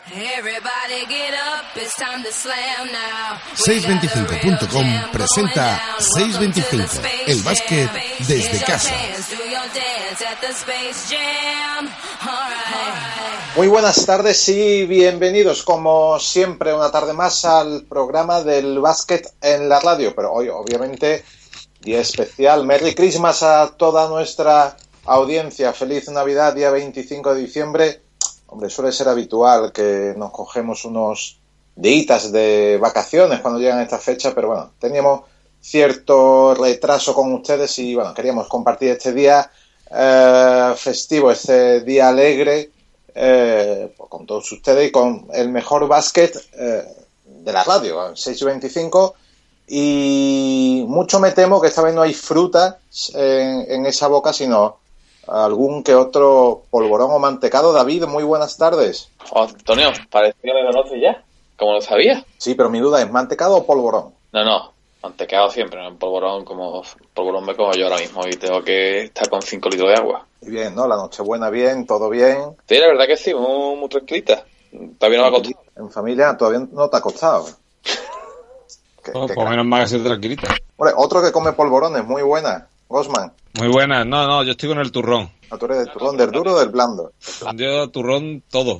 625.com presenta 625, el básquet desde casa. Muy buenas tardes y bienvenidos, como siempre, una tarde más al programa del básquet en la radio. Pero hoy, obviamente, día especial. Merry Christmas a toda nuestra audiencia. Feliz Navidad, día 25 de diciembre. Hombre, suele ser habitual que nos cogemos unos días de vacaciones cuando llegan esta fecha, pero bueno, teníamos cierto retraso con ustedes y bueno, queríamos compartir este día festivo, este día alegre con todos ustedes y con el mejor básquet de la radio, 625, y mucho me temo que esta vez no hay fruta en esa boca, sino algún que otro polvorón o mantecado. David, muy buenas tardes. Oh, Antonio, parece que me conoces ya. ¿Cómo lo sabía? Sí, pero mi duda es, ¿mantecado o polvorón? No, mantecado siempre, ¿no? Polvorón me como yo ahora mismo y tengo que estar con 5 litros de agua. Y bien, ¿no? La Nochebuena bien, todo bien. Sí, la verdad que sí, muy tranquilita. Todavía no me ha costado. En familia todavía no te ha costado. Por menos mal que sea tranquilita. Hombre, otro que come polvorones, muy buena. Gosman. Muy buena. No, yo estoy con el turrón. ¿Tú eres del turrón, del duro o del blando? Yo turrón todo.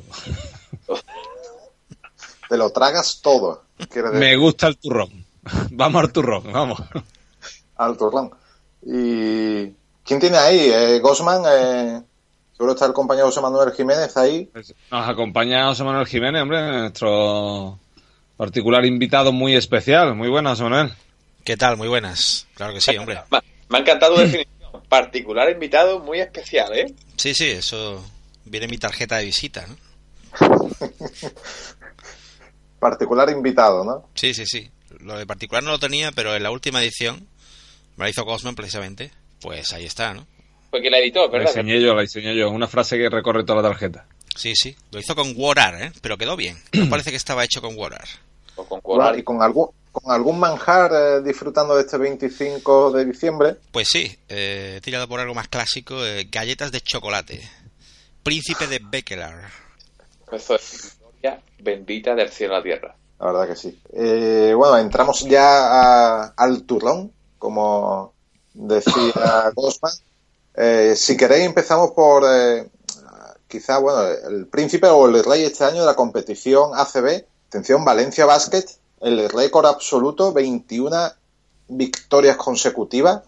Te lo tragas todo. Me gusta el turrón. Vamos al turrón, vamos. Al turrón. ¿Y quién tiene ahí? Gosman, seguro está el compañero José Manuel Jiménez ahí. Nos acompaña José Manuel Jiménez, hombre, nuestro particular invitado muy especial. Muy buenas, José Manuel. ¿Qué tal? Muy buenas. Claro que sí, hombre. Me ha encantado tu definición. Particular invitado muy especial, ¿eh? Sí, eso viene en mi tarjeta de visita, ¿no? Particular invitado, ¿no? Sí. Lo de particular no lo tenía, pero en la última edición me la hizo Cosman precisamente. Pues ahí está, ¿no? Porque la editó, ¿verdad? La diseñé yo. Una frase que recorre toda la tarjeta. Sí. Lo hizo con Worar, ¿eh? Pero quedó bien. No parece que estaba hecho con Worar. O con Worar. ¿Y con algún manjar disfrutando de este 25 de diciembre? Pues sí, he tirado por algo más clásico. Galletas de chocolate. Príncipe de Beckelar. Eso es historia bendita del cielo a la tierra. La verdad que sí. Bueno, entramos ya al turrón, como decía Gosman. Si queréis empezamos por quizá, bueno, el príncipe o el rey este año de la competición ACB. Atención, Valencia Basket, el récord absoluto, 21 victorias consecutivas.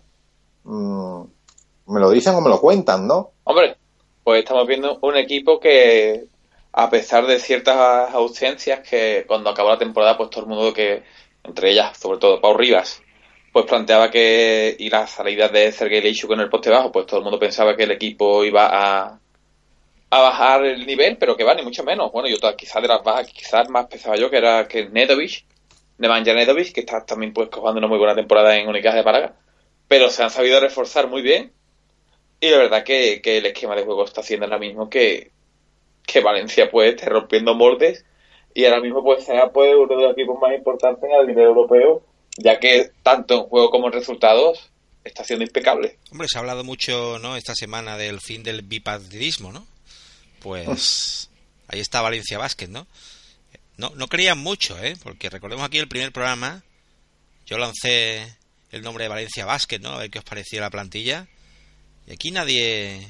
¿Me lo dicen o me lo cuentan, no? Hombre, pues estamos viendo un equipo que, a pesar de ciertas ausencias, que cuando acabó la temporada, pues todo el mundo, que entre ellas, sobre todo Pau Rivas, pues planteaba que, y las salidas de Sergei Leyshuk con el poste bajo, pues todo el mundo pensaba que el equipo iba a bajar el nivel, pero que va, ni mucho menos. Bueno, yo quizás de las bajas, quizás más pesaba yo, que era que Nemanja Nedovic, que está también pues jugando una muy buena temporada en Unicaja de Málaga, pero se han sabido reforzar muy bien, y la verdad que el esquema de juego está haciendo ahora mismo que Valencia pues esté rompiendo moldes, y ahora mismo pues sea pues uno de los equipos más importantes a nivel europeo, ya que tanto en juego como en resultados está siendo impecable. Hombre, se ha hablado mucho, ¿no?, esta semana del fin del bipartidismo, ¿no? Pues ahí está Valencia Basket, ¿no? No creían mucho, porque recordemos aquí el primer programa, yo lancé el nombre de Valencia Basket, ¿no? A ver qué os parecía la plantilla. Y aquí nadie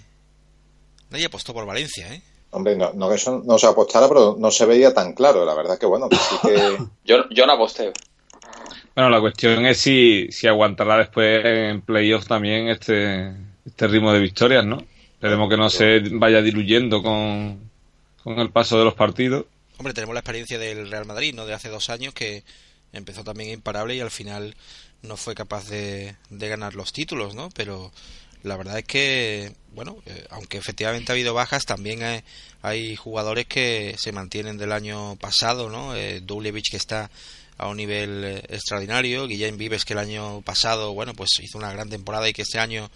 apostó por Valencia, ¿eh? Hombre, no que eso no se apostara, pero no se veía tan claro, la verdad que bueno, que sí que... Yo no aposté. Bueno, la cuestión es si aguantará después en playoffs también este ritmo de victorias, ¿no? Esperemos que no se vaya diluyendo con el paso de los partidos. Hombre, tenemos la experiencia del Real Madrid, ¿no?, de hace 2 años, que empezó también imparable y al final no fue capaz de ganar los títulos, ¿no? Pero la verdad es que, bueno, aunque efectivamente ha habido bajas, también hay jugadores que se mantienen del año pasado, ¿no? Dubljevic, que está a un nivel extraordinario, Guillem Vives, que el año pasado, bueno, pues hizo una gran temporada y que este año,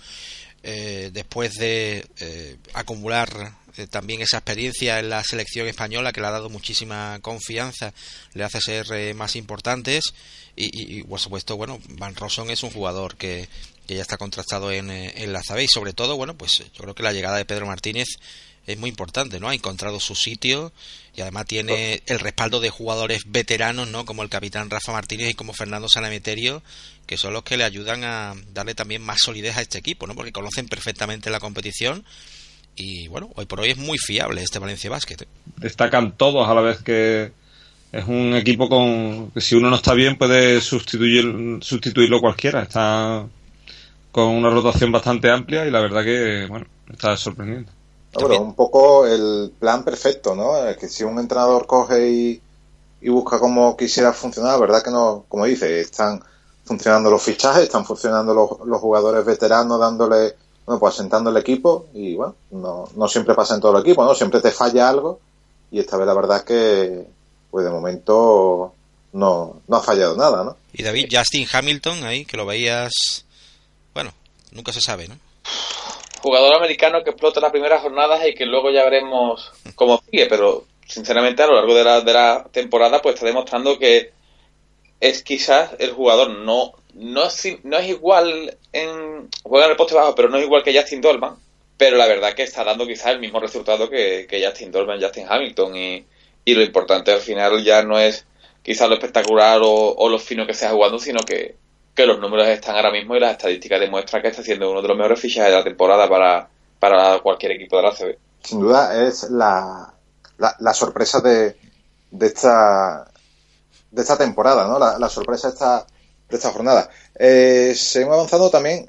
después de acumular también esa experiencia en la selección española, que le ha dado muchísima confianza, le hace ser más importantes, y por supuesto, bueno, Van Rossum es un jugador que ya está contrastado en la ACB, y sobre todo, bueno, pues yo creo que la llegada de Pedro Martínez es muy importante, ¿no? Ha encontrado su sitio y además tiene el respaldo de jugadores veteranos, ¿no? Como el capitán Rafa Martínez y como Fernando Sanemeterio, que son los que le ayudan a darle también más solidez a este equipo, ¿no? Porque conocen perfectamente la competición y, bueno, hoy por hoy es muy fiable este Valencia Basket, ¿eh? Destacan todos a la vez, que es un equipo que si uno no está bien puede sustituirlo cualquiera. Está con una rotación bastante amplia y la verdad que, bueno, está sorprendiendo. No, pero un poco el plan perfecto, ¿no? Que si un entrenador coge y busca cómo quisiera funcionar, la verdad que no, como dice, están funcionando los fichajes, están funcionando los jugadores veteranos, dándole, bueno, pues asentando el equipo, y bueno, no siempre pasa en todo el equipo, ¿no? Siempre te falla algo, y esta vez la verdad es que, pues de momento no ha fallado nada, ¿no? Y David, Justin Hamilton ahí, que lo veías, bueno, nunca se sabe, ¿no? Jugador americano que explota las primeras jornadas y que luego ya veremos cómo sigue, pero sinceramente a lo largo de la temporada pues está demostrando que es quizás el jugador no es igual juega en el poste bajo, pero no es igual que Justin Dolman, pero la verdad que está dando quizás el mismo resultado que Justin Dolman, Justin Hamilton, y lo importante al final ya no es quizás lo espectacular o lo fino que sea jugando, sino que los números están ahora mismo y las estadísticas demuestran que está siendo uno de los mejores fichajes de la temporada para cualquier equipo de la ACB. Sin duda es la sorpresa de esta temporada, ¿no? La sorpresa de esta jornada. Seguimos avanzando también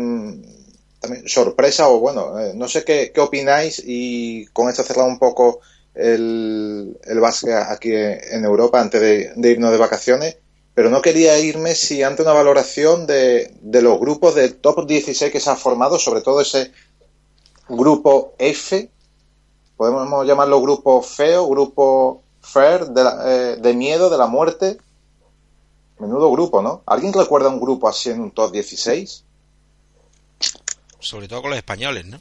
sorpresa, o bueno, no sé qué opináis, y con esto cerramos un poco el básquet aquí en Europa antes de irnos de vacaciones. Pero no quería irme si ante una valoración de los grupos del top 16 que se ha formado, sobre todo ese grupo F, podemos llamarlo grupo feo, grupo fair, de miedo, de la muerte. Menudo grupo, ¿no? ¿Alguien recuerda un grupo así en un top 16? Sobre todo con los españoles, ¿no?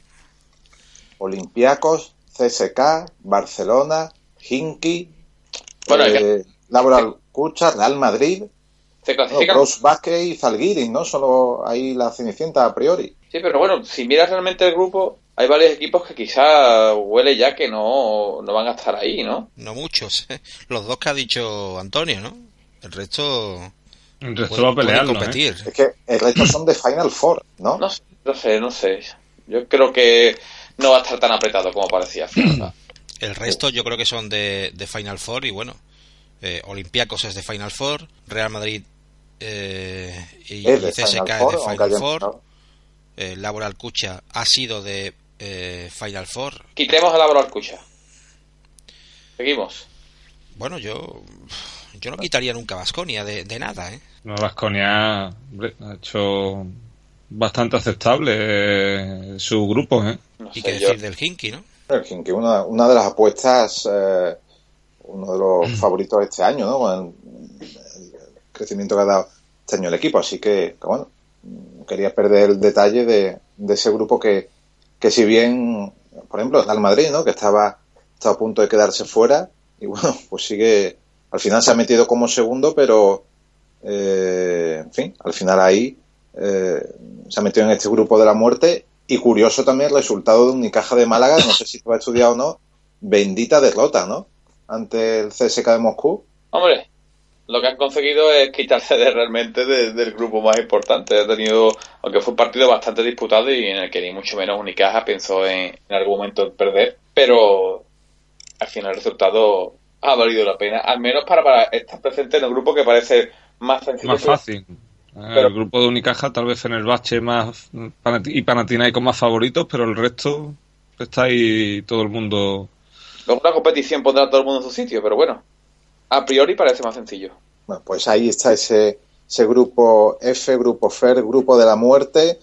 Olympiacos, CSKA, Barcelona, Hinky, Laboral Cucha, Real Madrid, Pros Basket y Zalgiris, ¿no? Solo ahí la cenicienta a priori. Sí, pero bueno, si miras realmente el grupo, hay varios equipos que quizá huele ya que no van a estar ahí, ¿no? No muchos, ¿eh? Los dos que ha dicho Antonio, ¿no? El resto va a pelear, competir. Es que el resto son de Final Four, ¿no? No sé. Yo creo que no va a estar tan apretado como parecía. El resto yo creo que son de Final Four y bueno, Olympiacos es de Final Four, Real Madrid y CSKA es de Final Four, Laboral Cucha ha sido de Final Four. Quitemos a Laboral Cucha. Seguimos. Bueno, yo no quitaría nunca Baskonia de nada, ¿eh? No, Baskonia ha hecho bastante aceptable su grupo, ¿eh? Y qué decir del Hinky, ¿no? El Hinky, una de las apuestas, uno de los favoritos de este año, ¿no? Con el crecimiento que ha dado este año el equipo, así que bueno, no quería perder el detalle de ese grupo que si bien, por ejemplo, el Real Madrid, ¿no? Que estaba a punto de quedarse fuera, y bueno, pues sigue, al final se ha metido como segundo, pero en fin, al final ahí se ha metido en este grupo de la muerte. Y curioso también el resultado de Unicaja de Málaga, no sé si tú has estudiado o no, bendita derrota, ¿no? Ante el CSKA de Moscú. Hombre, lo que han conseguido es quitarse realmente del grupo más importante. Ha tenido, aunque fue un partido bastante disputado y en el que ni mucho menos Unicaja pensó en algún momento en perder, pero al final el resultado ha valido la pena, al menos para estar presente en el grupo que parece más sencillo. Más fácil. Pero el grupo de Unicaja, tal vez Fenerbahce más y Panathinaikos más favoritos, pero el resto está ahí todo el mundo. Luego la competición pondrá a todo el mundo en su sitio, pero bueno, a priori parece más sencillo. Bueno, pues ahí está ese grupo F, grupo FER, grupo de la muerte.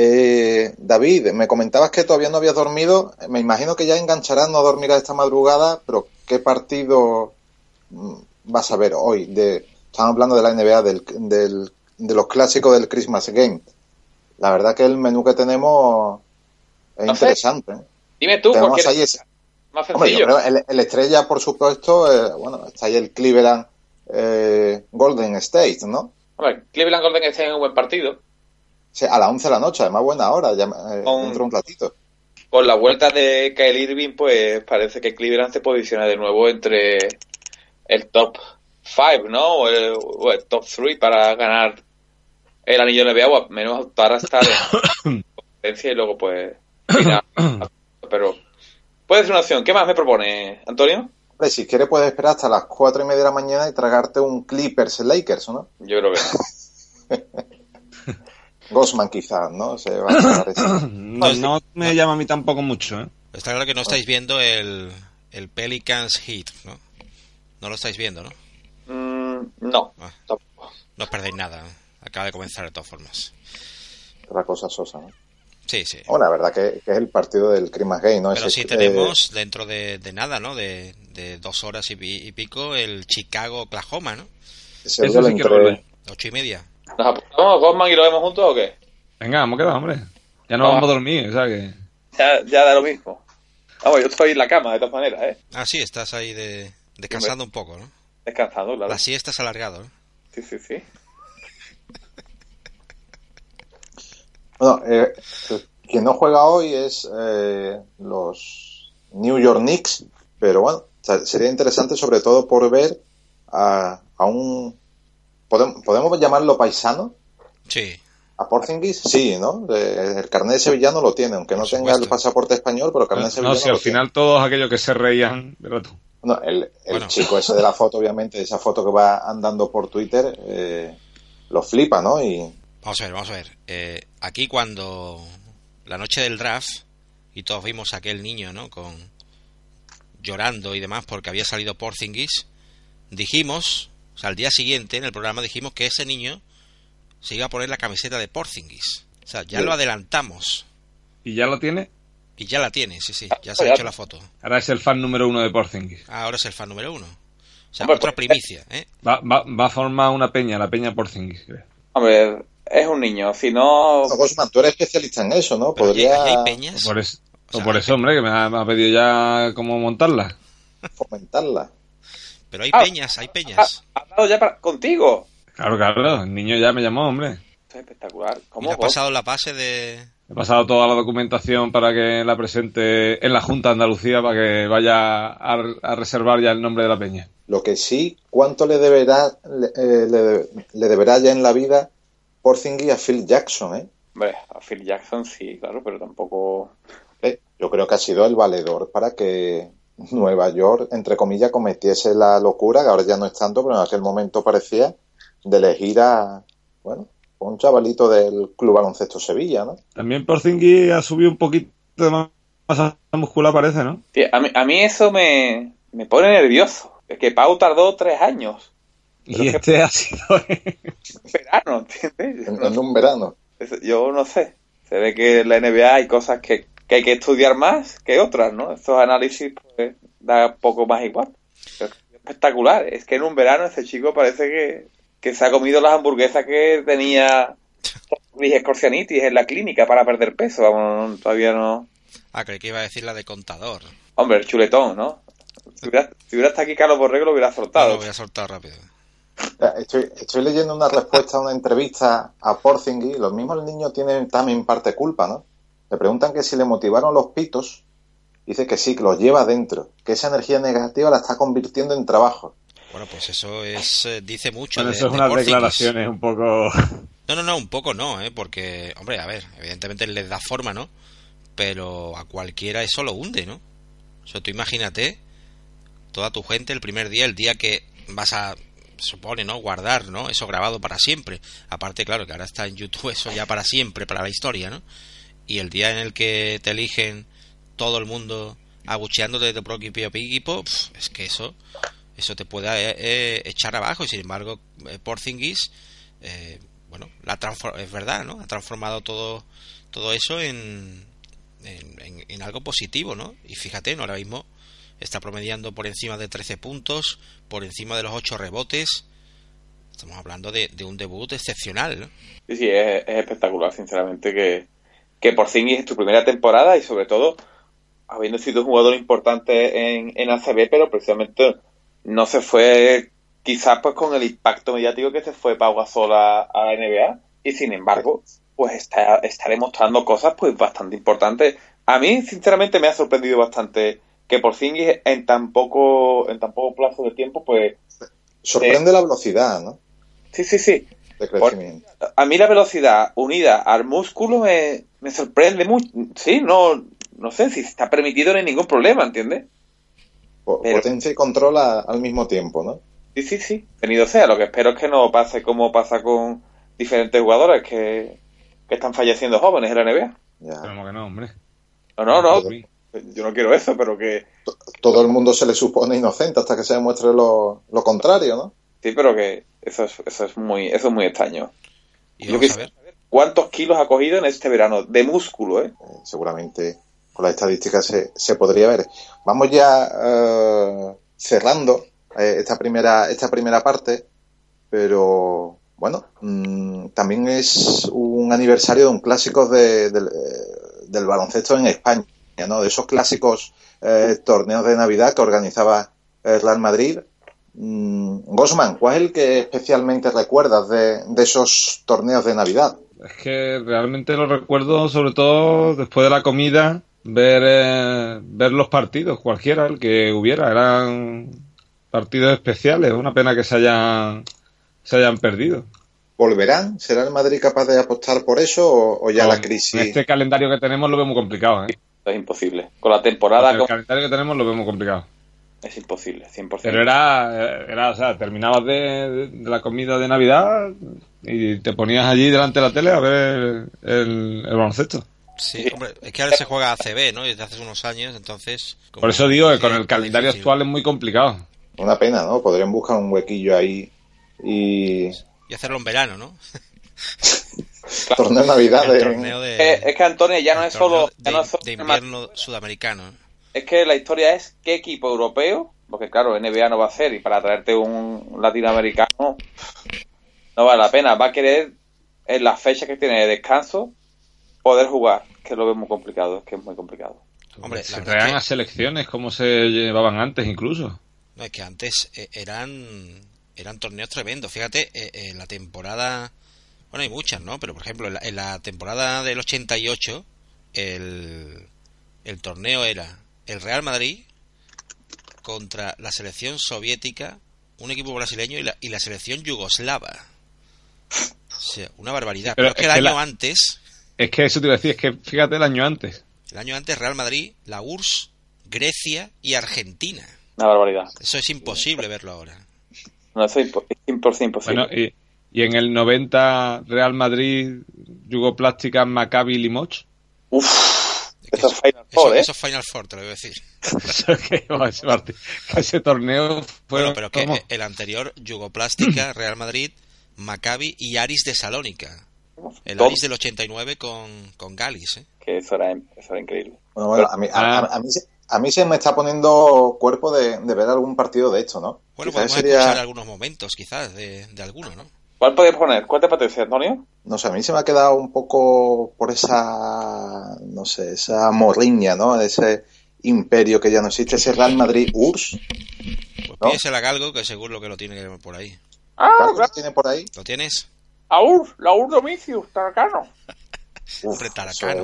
David, me comentabas que todavía no habías dormido. Me imagino que ya engancharás, no dormirás esta madrugada, pero ¿qué partido vas a ver hoy? Estamos hablando de la NBA, de los clásicos del Christmas Game. La verdad que el menú que tenemos es interesante. Dime tú, porque ahí más sencillo. Hombre, yo creo el estrella, por supuesto, bueno, está ahí el Cleveland Golden State, ¿no? Hombre, Cleveland Golden State es un buen partido. Sí, a las 11 de la noche, además buena hora, dentro de un ratito. con la vuelta de Kyle Irving, pues parece que Cleveland se posiciona de nuevo entre el top 5, ¿no? O el top 3 para ganar el anillo NBA, o al menos optar a estar en competencia y luego pues final. Pero puede ser una opción. ¿Qué más me propone, Antonio? Hombre, si quieres puedes esperar hasta las 4:30 de la mañana y tragarte un Clippers-Lakers, ¿no? Yo creo que no. Gosman quizás, ¿no? Se va a tragar ese. No me llama a mí tampoco mucho, ¿eh? Está claro que no estáis viendo el Pelicans Heat, ¿no? No lo estáis viendo, ¿no? No, tampoco. No os perdéis nada. Acaba de comenzar de todas formas. Otra cosa sosa, ¿no? Sí, sí. Bueno, la verdad que es el partido del Christmas Game, ¿no? Pero sí tenemos dentro de nada, ¿no? De 2 horas y pico el Chicago-Oklahoma, ¿no? Ese Eso sí que lo veo. 8:30. ¿Nos apuntamos a Gosman y lo vemos juntos o qué? Venga, vamos a quedar, hombre. Ya no vamos a dormir, o sea que... Ya da lo mismo. Vamos, yo estoy en la cama, de todas maneras, ¿eh? Ah, sí, estás ahí descansando un poco, ¿no? Descansando, claro. La siesta es alargado, ¿no? Sí. Bueno, quien no juega hoy es los New York Knicks, pero bueno, sería interesante sobre todo por ver a un... ¿Podemos llamarlo paisano? Sí. ¿A Porzingis? Sí, ¿no? El carnet de sevillano lo tiene, aunque no tenga el pasaporte español, pero el carnet de sevillano no, si al final todos aquellos que se reían, ¿verdad tú? No, el chico ese de la foto, obviamente, esa foto que va andando por Twitter, lo flipa, ¿no? Y... Vamos a ver. Aquí cuando la noche del draft y todos vimos a aquel niño, ¿no? Llorando y demás porque había salido Porzingis, dijimos, o sea, al día siguiente en el programa dijimos que ese niño se iba a poner la camiseta de Porzingis. O sea, ya lo adelantamos. ¿Y ya lo tiene? Y ya la tiene, sí, ya se ha hecho la foto. Ahora es el fan número 1 de Porzingis. Ahora es el fan número 1. O sea, otra primicia, ¿eh? Va a formar una peña, la peña Porzingis, creo. Hombre, es un niño, si no... Gosman, tú eres especialista en eso, ¿no? Pero Podría... ¿hay peñas? Por eso, hombre, que me ha pedido ya cómo montarla. Fomentarla. Pero hay peñas. ¿Ha hablado ya contigo? Claro, el niño ya me llamó, hombre. Es espectacular. ¿Y le ha pasado la base de...? He pasado toda la documentación para que la presente en la Junta de Andalucía para que vaya a reservar ya el nombre de la peña. Lo que sí, ¿cuánto le deberá ya en la vida Porzingis a Phil Jackson, eh? Hombre, a Phil Jackson sí, claro, pero tampoco... Yo creo que ha sido el valedor para que Nueva York, entre comillas, cometiese la locura, que ahora ya no es tanto, pero en aquel momento parecía, de elegir a, bueno, un chavalito del Club Baloncesto Sevilla, ¿no? También Porzingis ha subido un poquito de masa muscular, parece, ¿no? Sí, a mí eso me pone nervioso. Es que Pau tardó 3 años. Y este ha sido verano, ¿entiendes? En un verano. Yo no sé. Se ve que en la NBA hay cosas que hay que estudiar más que otras, ¿no? Estos análisis pues da poco más igual. Pero es espectacular. Es que en un verano ese chico parece que se ha comido las hamburguesas que tenía Scorcianitis en la clínica para perder peso. Vamos, todavía no... Ah, creí que iba a decir la de contador. Hombre, el chuletón, ¿no? Si hubiera estado aquí Carlos Borrego lo hubiera soltado. No, lo voy a soltar rápido. Estoy leyendo una respuesta a una entrevista a Porzingis. Lo mismo el niño tiene también parte culpa, ¿no? Le preguntan que si le motivaron los pitos. Dice que sí, que los lleva dentro. Que esa energía negativa la está convirtiendo en trabajo. Bueno, pues eso dice mucho. Bueno, eso es unas declaraciones un poco... No, un poco no, porque, hombre, a ver, evidentemente les da forma, ¿no? Pero a cualquiera eso lo hunde, ¿no? O sea, tú imagínate toda tu gente el primer día, el día que vas a, supone, ¿no? Guardar, ¿no? Eso grabado para siempre. Aparte, claro, que ahora está en YouTube eso ya para siempre, para la historia, ¿no? Y el día en el que te eligen todo el mundo abucheándote de tu propio equipo, es que eso te puede echar abajo. Y sin embargo, Porzingis, bueno, es verdad, ¿no? Ha transformado todo eso en algo positivo, ¿no? Y fíjate, ¿no? Ahora mismo está promediando por encima de 13 puntos, por encima de los 8 rebotes. Estamos hablando de un debut excepcional, ¿no? Sí, es espectacular, sinceramente, que Porzingis es tu primera temporada y sobre todo habiendo sido un jugador importante en ACB, pero precisamente no se fue quizás pues con el impacto mediático que se fue Pau Gasol a la NBA, y sin embargo pues está demostrando cosas pues bastante importantes A mí, sinceramente, me ha sorprendido bastante que Porzingis en tan poco plazo de tiempo, pues... Sorprende la velocidad, ¿no? Sí. De crecimiento. A mí la velocidad unida al músculo me sorprende mucho. Sí, no sé si está permitido, no hay ningún problema, ¿entiendes? Potencia y control al mismo tiempo, ¿no? Sí. Venido sea. Lo que espero es que no pase como pasa con diferentes jugadores que están falleciendo jóvenes en la NBA. Ya. Esperemos que no, hombre. No. Yo no quiero eso, pero que... Todo el mundo se le supone inocente hasta que se demuestre lo contrario, ¿no? Sí, pero que eso es muy extraño. Y Yo vamos a ver. ¿Cuántos kilos ha cogido en este verano? De músculo, ¿eh? Seguramente con las estadísticas se podría ver. Vamos ya cerrando esta primera parte, pero bueno, también es un aniversario de un clásico del baloncesto en España, ¿no? De esos clásicos torneos de Navidad que organizaba el Real Madrid. Gosman, ¿cuál es el que especialmente recuerdas de esos torneos de Navidad? Es que realmente lo recuerdo sobre todo después de la comida, ver los partidos, cualquiera, el que hubiera. Eran partidos especiales, una pena que se hayan perdido. ¿Volverán? ¿Será el Madrid capaz de apostar por eso o ya la crisis? Este calendario que tenemos lo vemos complicado, ¿eh? Es imposible. Con la temporada... El calendario que tenemos lo vemos complicado. Es imposible, 100%. Pero era, o sea, terminabas de la comida de Navidad y te ponías allí delante de la tele a ver el baloncesto. Sí, hombre, es que ahora se juega ACB, ¿no? Desde hace unos años, entonces... Por eso digo que con el calendario actual es muy complicado. Una pena, ¿no? Podrían buscar un huequillo ahí y hacerlo en verano, ¿no? Torneo de Navidad. Es que Antonio ya no es solo... de invierno sudamericano. Es que la historia es qué equipo europeo, porque claro, NBA no va a hacer, y para traerte un latinoamericano no vale la pena. Va a querer, en las fechas que tiene de descanso, poder jugar, que lo veo muy complicado, es que es muy complicado. Hombre, se traían a selecciones como se llevaban antes incluso. No, es que antes eran torneos tremendos. Fíjate, en la temporada... Bueno, hay muchas, ¿no? Pero, por ejemplo, en la temporada del 88, el torneo era el Real Madrid contra la selección soviética, un equipo brasileño y la selección yugoslava. O sea, una barbaridad. Pero es que el año antes... Es que eso te iba a decir, es que fíjate el año antes. El año antes Real Madrid, la URSS, Grecia y Argentina. Una barbaridad. Eso es imposible verlo ahora. No, eso es 100% imposible. Bueno, y en el 90 Real Madrid, Yugoplástica, Maccabi, Limoges. Eso es Final Four, Eso es Final Four, te lo voy a decir. Ese torneo fue... Bueno, pero que el anterior, Yugoplástica, Real Madrid, Maccabi y Aris de Salónica. El Aris del 89 con Galis, ¿eh? Que eso era increíble. Bueno, a mí se me está poniendo cuerpo de ver algún partido de esto, ¿no? Bueno, podemos escuchar algunos momentos, quizás, de alguno, ¿no? ¿Cuál podéis poner? ¿Cuál te parece, Antonio? No sé, a mí se me ha quedado un poco por esa, no sé, esa morriña, ¿no? Ese imperio que ya no existe, ese Real Madrid URSS. Pues ¿no? Pídesela a Galgo, que seguro que lo tiene por ahí. ¿Galgo lo tiene por ahí? ¿Lo tienes? La URSS Domicius, Taracano. Hombre, Taracano.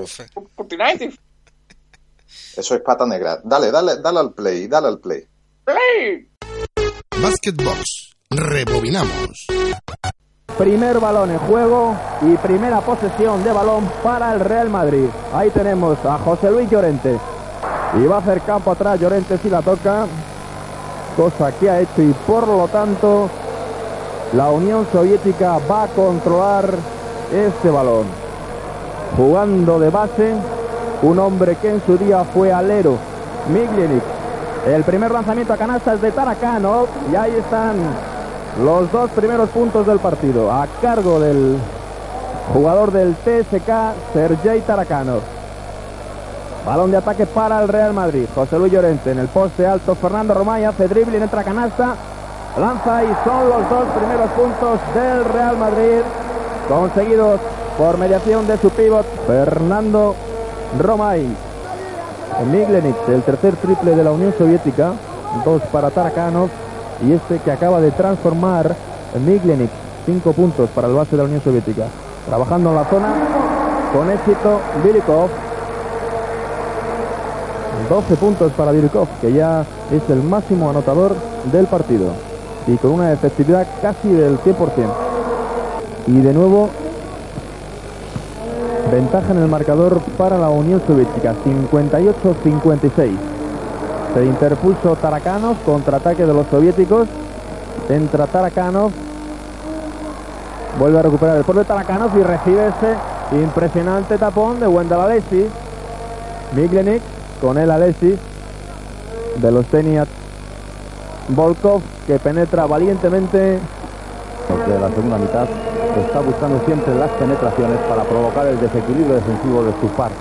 Eso es pata negra. Dale al play. ¡Play! Basketbox. Rebobinamos. Primer balón en juego y primera posesión de balón para el Real Madrid. Ahí tenemos a José Luis Llorente. Y va a hacer campo atrás Llorente si la toca. Cosa que ha hecho y por lo tanto la Unión Soviética va a controlar este balón. Jugando de base, un hombre que en su día fue alero, Miglenic. El primer lanzamiento a canasta es de Tarakanov y ahí están los dos primeros puntos del partido a cargo del jugador del TSK, Sergei Tarakanov. Balón de ataque para el Real Madrid. José Luis Llorente en el poste alto. Fernando Romay hace dribbling, entra a canasta, lanza y son los dos primeros puntos del Real Madrid conseguidos por mediación de su pívot Fernando Romay. Miglenic, el tercer triple de la Unión Soviética, 2 para Tarakanov y este que acaba de transformar Miglenic, 5 puntos para el base de la Unión Soviética. Trabajando en la zona con éxito Bilikov. 12 puntos para Birkov, que ya es el máximo anotador del partido y con una efectividad casi del 100%. Y de nuevo ventaja en el marcador para la Unión Soviética, 58-56. Se interpuso Tarakanov, contraataque de los soviéticos. Entra Tarakanov, vuelve a recuperar el pueblo de Tarakanov y recibe ese impresionante tapón de Wendell Alexis. Miglenik con el Alexis de los Teniat Volkov, que penetra valientemente. De la segunda mitad está buscando siempre las penetraciones para provocar el desequilibrio defensivo de su par.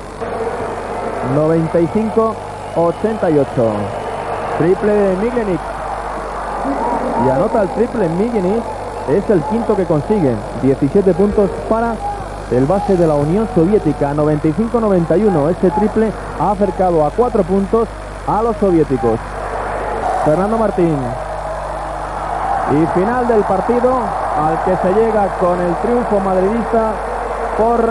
95-88. Triple de Miglenik. Y anota el triple Miglenik. Es el quinto que consiguen. 17 puntos para el base de la Unión Soviética. 95-91. Ese triple ha acercado a 4 puntos a los soviéticos. Fernando Martín. Y final del partido, al que se llega con el triunfo madridista por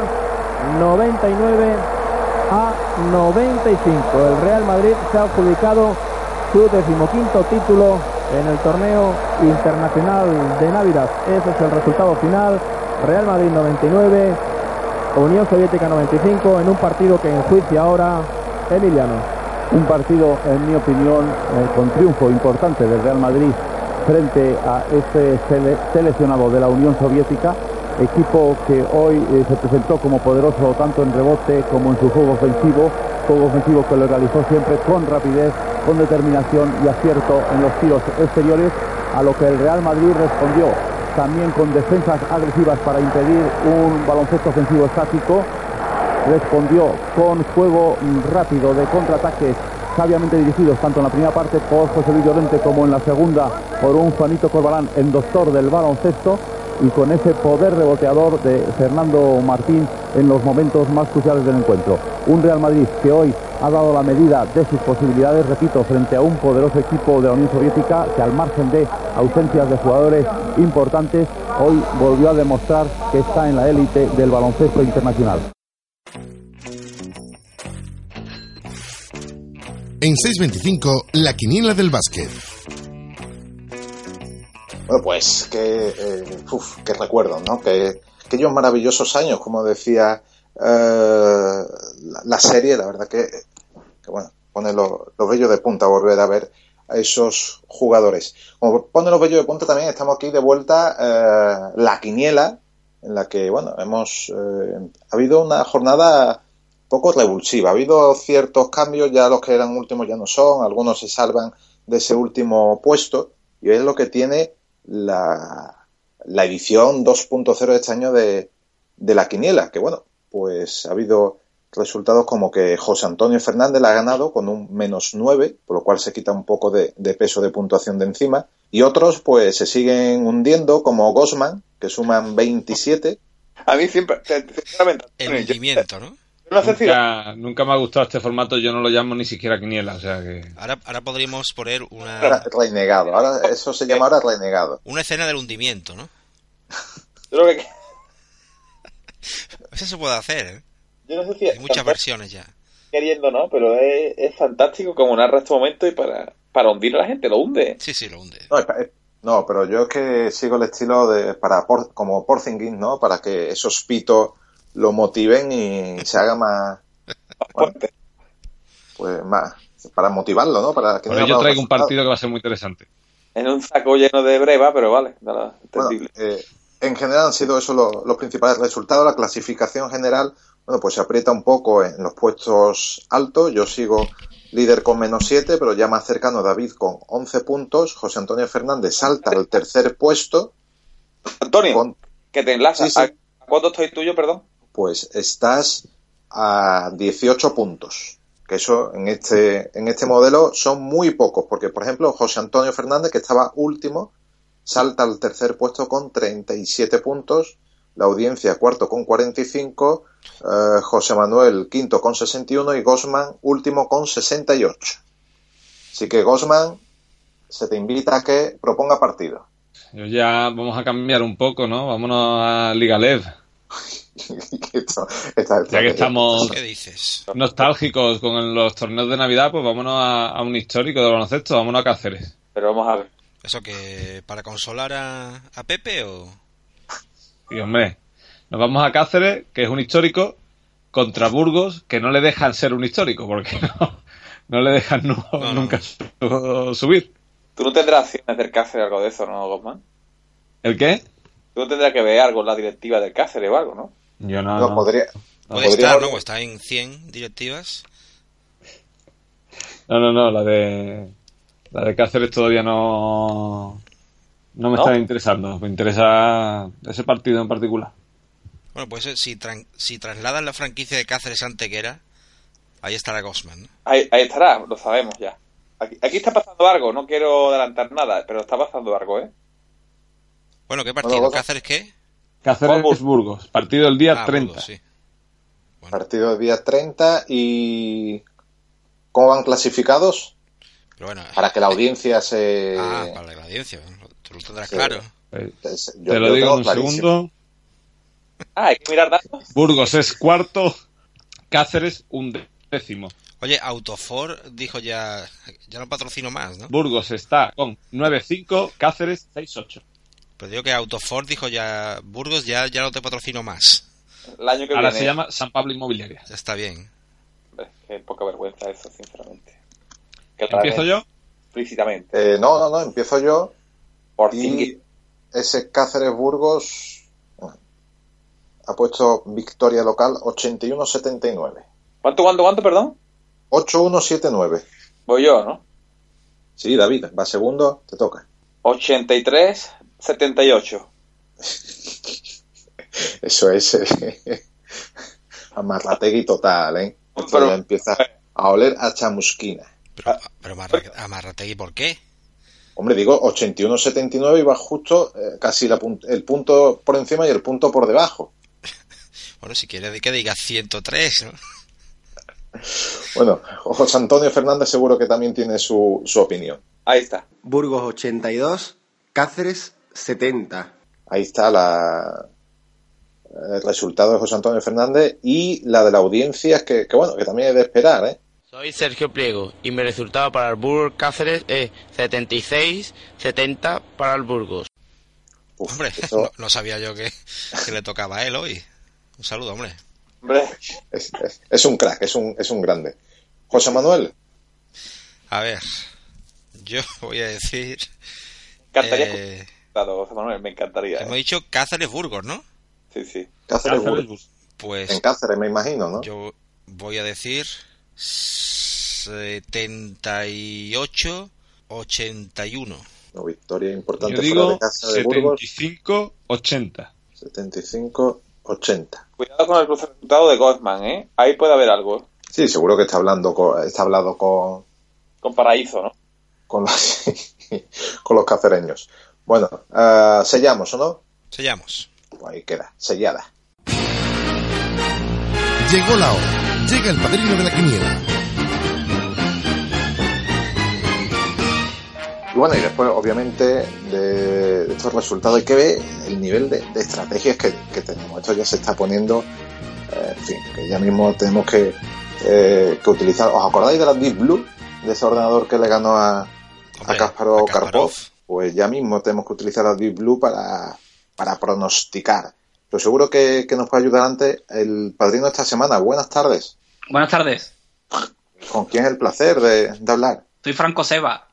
99-95. El Real Madrid se ha adjudicado su 15º título en el torneo internacional de Navidad. Ese es el resultado final. Real Madrid 99, Unión Soviética 95, en un partido que enjuicia ahora Emiliano. Un partido, en mi opinión, con triunfo importante del Real Madrid frente a este seleccionado de la Unión Soviética, equipo que hoy se presentó como poderoso tanto en rebote como en su juego ofensivo que lo realizó siempre con rapidez, con determinación y acierto en los tiros exteriores, a lo que el Real Madrid respondió también con defensas agresivas para impedir un baloncesto ofensivo estático, respondió con juego rápido de contraataques sabiamente dirigidos tanto en la primera parte por José Luis Llorente como en la segunda por un Juanito Corbalán, el doctor del baloncesto, y con ese poder reboteador de Fernando Martín en los momentos más cruciales del encuentro. Un Real Madrid que hoy ha dado la medida de sus posibilidades, repito, frente a un poderoso equipo de la Unión Soviética que, al margen de ausencias de jugadores importantes, hoy volvió a demostrar que está en la élite del baloncesto internacional. En 6.25, la quiniela del básquet. Bueno, pues qué recuerdo, ¿no? Que aquellos maravillosos años, como decía la serie, la verdad que bueno, pone los vellos de punta volver a ver a esos jugadores. Como pone los vellos de punta, también estamos aquí de vuelta, la quiniela, en la que, bueno, ha habido una jornada poco revulsiva. Ha habido ciertos cambios, ya los que eran últimos ya no son, algunos se salvan de ese último puesto, y es lo que tiene la edición 2.0 de este año de la quiniela, que bueno, pues ha habido resultados como que José Antonio Fernández la ha ganado con un -9, por lo cual se quita un poco de peso de puntuación de encima, y otros pues se siguen hundiendo, como Gosman, que suman 27. A mí siempre, sinceramente, el hundimiento, ¿no? Nunca me ha gustado este formato, yo no lo llamo ni siquiera quiniela, o sea que... Ahora podríamos poner una... Renegado, ahora eso se llama ahora renegado. Una escena del hundimiento, ¿no? Yo creo que... Eso se puede hacer, ¿eh? Yo no sé si hay muchas versiones ya. Queriendo, ¿no? Pero es fantástico como narra este momento, y para hundir a la gente, lo hunde. Sí, lo hunde. No, pero yo es que sigo el estilo como Porzingis, ¿no? Para que esos pitos lo motiven y se haga más fuerte. Pues más, para motivarlo, ¿no? Para que yo traigo un partido que va a ser muy interesante. En un saco lleno de breva, pero vale, nada, entendible. Bueno, en general han sido esos los principales resultados. La clasificación general, bueno, pues se aprieta un poco en los puestos altos. Yo sigo líder con -7, pero ya más cercano David con 11 puntos. José Antonio Fernández salta al tercer puesto. Antonio, que te enlaza. Sí. ¿A cuánto estoy tuyo, perdón? Pues estás a 18 puntos. Que eso en este modelo son muy pocos, porque por ejemplo José Antonio Fernández, que estaba último, salta al tercer puesto con 37 puntos, la audiencia cuarto con 45, José Manuel quinto con 61 y Gosman último con 68. Así que Gosman, se te invita a que proponga partido. Ya vamos a cambiar un poco, ¿no? Vámonos a Liga Lev. Ya que estamos ¿Qué dices? nostálgicos con los torneos de Navidad, pues vámonos a un histórico de baloncesto, vámonos a Cáceres. Pero vamos a ver. ¿Eso que para consolar a Pepe o...? Y hombre, nos vamos a Cáceres, que es un histórico, contra Burgos, que no le dejan ser un histórico, porque no le dejan nunca subir. Tú no tendrás acciones del Cáceres o algo de eso, ¿no, Guzmán? ¿El qué? Tú no tendrás que ver algo en la directiva del Cáceres o algo, ¿no? Yo No, podría... Puede estar, ¿no? O está en 100 directivas. No, la de Cáceres todavía no me está interesando. Me interesa ese partido en particular. Bueno, pues si trasladan la franquicia de Cáceres a Antequera, ahí estará Gosman, ¿no? Ahí estará, lo sabemos ya. Aquí está pasando algo, no quiero adelantar nada, pero está pasando algo, ¿eh? Bueno, ¿qué partido? Bueno, ¿Cáceres qué? Cáceres Burgos, partido el día 30. Burgos, sí. Bueno. Partido del día 30 y... ¿Cómo van clasificados? Pero bueno, Para que la audiencia se... para la audiencia, tú lo tendrás Sí. claro. Te lo digo en un segundo. Hay que mirar datos. Burgos es cuarto, Cáceres 11º. Oye, Autofor dijo ya no patrocino más, ¿no? Burgos está con 9-5, Cáceres 6-8. Pero digo que Autofor dijo ya, Burgos ya no te patrocino más. El año que Ahora viene. se llama San Pablo Inmobiliaria. Ya está bien. Hombre, qué poca vergüenza eso, sinceramente. Que ¿Empiezo yo? Explícitamente. No, empiezo yo. Por fin. Y ese Cáceres-Burgos ha puesto victoria local 81-79. ¿Cuánto, perdón? 8-1-7-9. Voy yo, ¿no? Sí, David, va segundo, te toca. 83-78. Eso es amarrategui total, ¿eh? Esto Pero- ya empieza a oler a chamusquina. Pero Amarrategui, ¿por qué? Hombre, digo 81-79 y va justo casi el punto por encima y el punto por debajo. Bueno, si quieres que digas 103, ¿no? Bueno, José Antonio Fernández seguro que también tiene su opinión. Ahí está. Burgos 82, Cáceres 70. Ahí está el resultado de José Antonio Fernández y la de la audiencia, que bueno, que también es de esperar, ¿eh? Soy Sergio Pliego y mi resultado para el Burgos Cáceres es 76-70 para el Burgos. Uf, Hombre, eso no sabía yo que le tocaba a él hoy. Un saludo, hombre. Hombre, es un crack, es un grande. José Manuel, A ver, yo voy a decir... me encantaría escucharlo, José Manuel, me encantaría. Hemos dicho Cáceres-Burgos, ¿no? Sí. Cáceres, Cáceres, Burgos. Pues En Cáceres, me imagino, ¿no? yo voy a decir 78-81. Una victoria importante Yo fuera digo de casa de Burgos. 75-80. 75-80. Cuidado con el cruce de resultado de Goldman, ¿eh? Ahí puede haber algo. Sí, seguro que está hablando con Con Paraíso, ¿no? con los, con los cacereños. Bueno, sellamos, ¿o no? Sellamos. Pues ahí queda, sellada. Llegó la hora. Llega el padrino de la quiniela. Y bueno, y después, obviamente, de estos resultados hay que ver el nivel de estrategias que tenemos. Esto ya se está poniendo, en fin, que ya mismo tenemos que utilizar. ¿Os acordáis de la Deep Blue? De ese ordenador que le ganó a Kasparov Karpov. Pues ya mismo tenemos que utilizar la Deep Blue para pronosticar. Pero seguro que nos puede ayudar antes el padrino esta semana. Buenas tardes. Buenas tardes. ¿Con quién es el placer de hablar? Soy Franco Seba.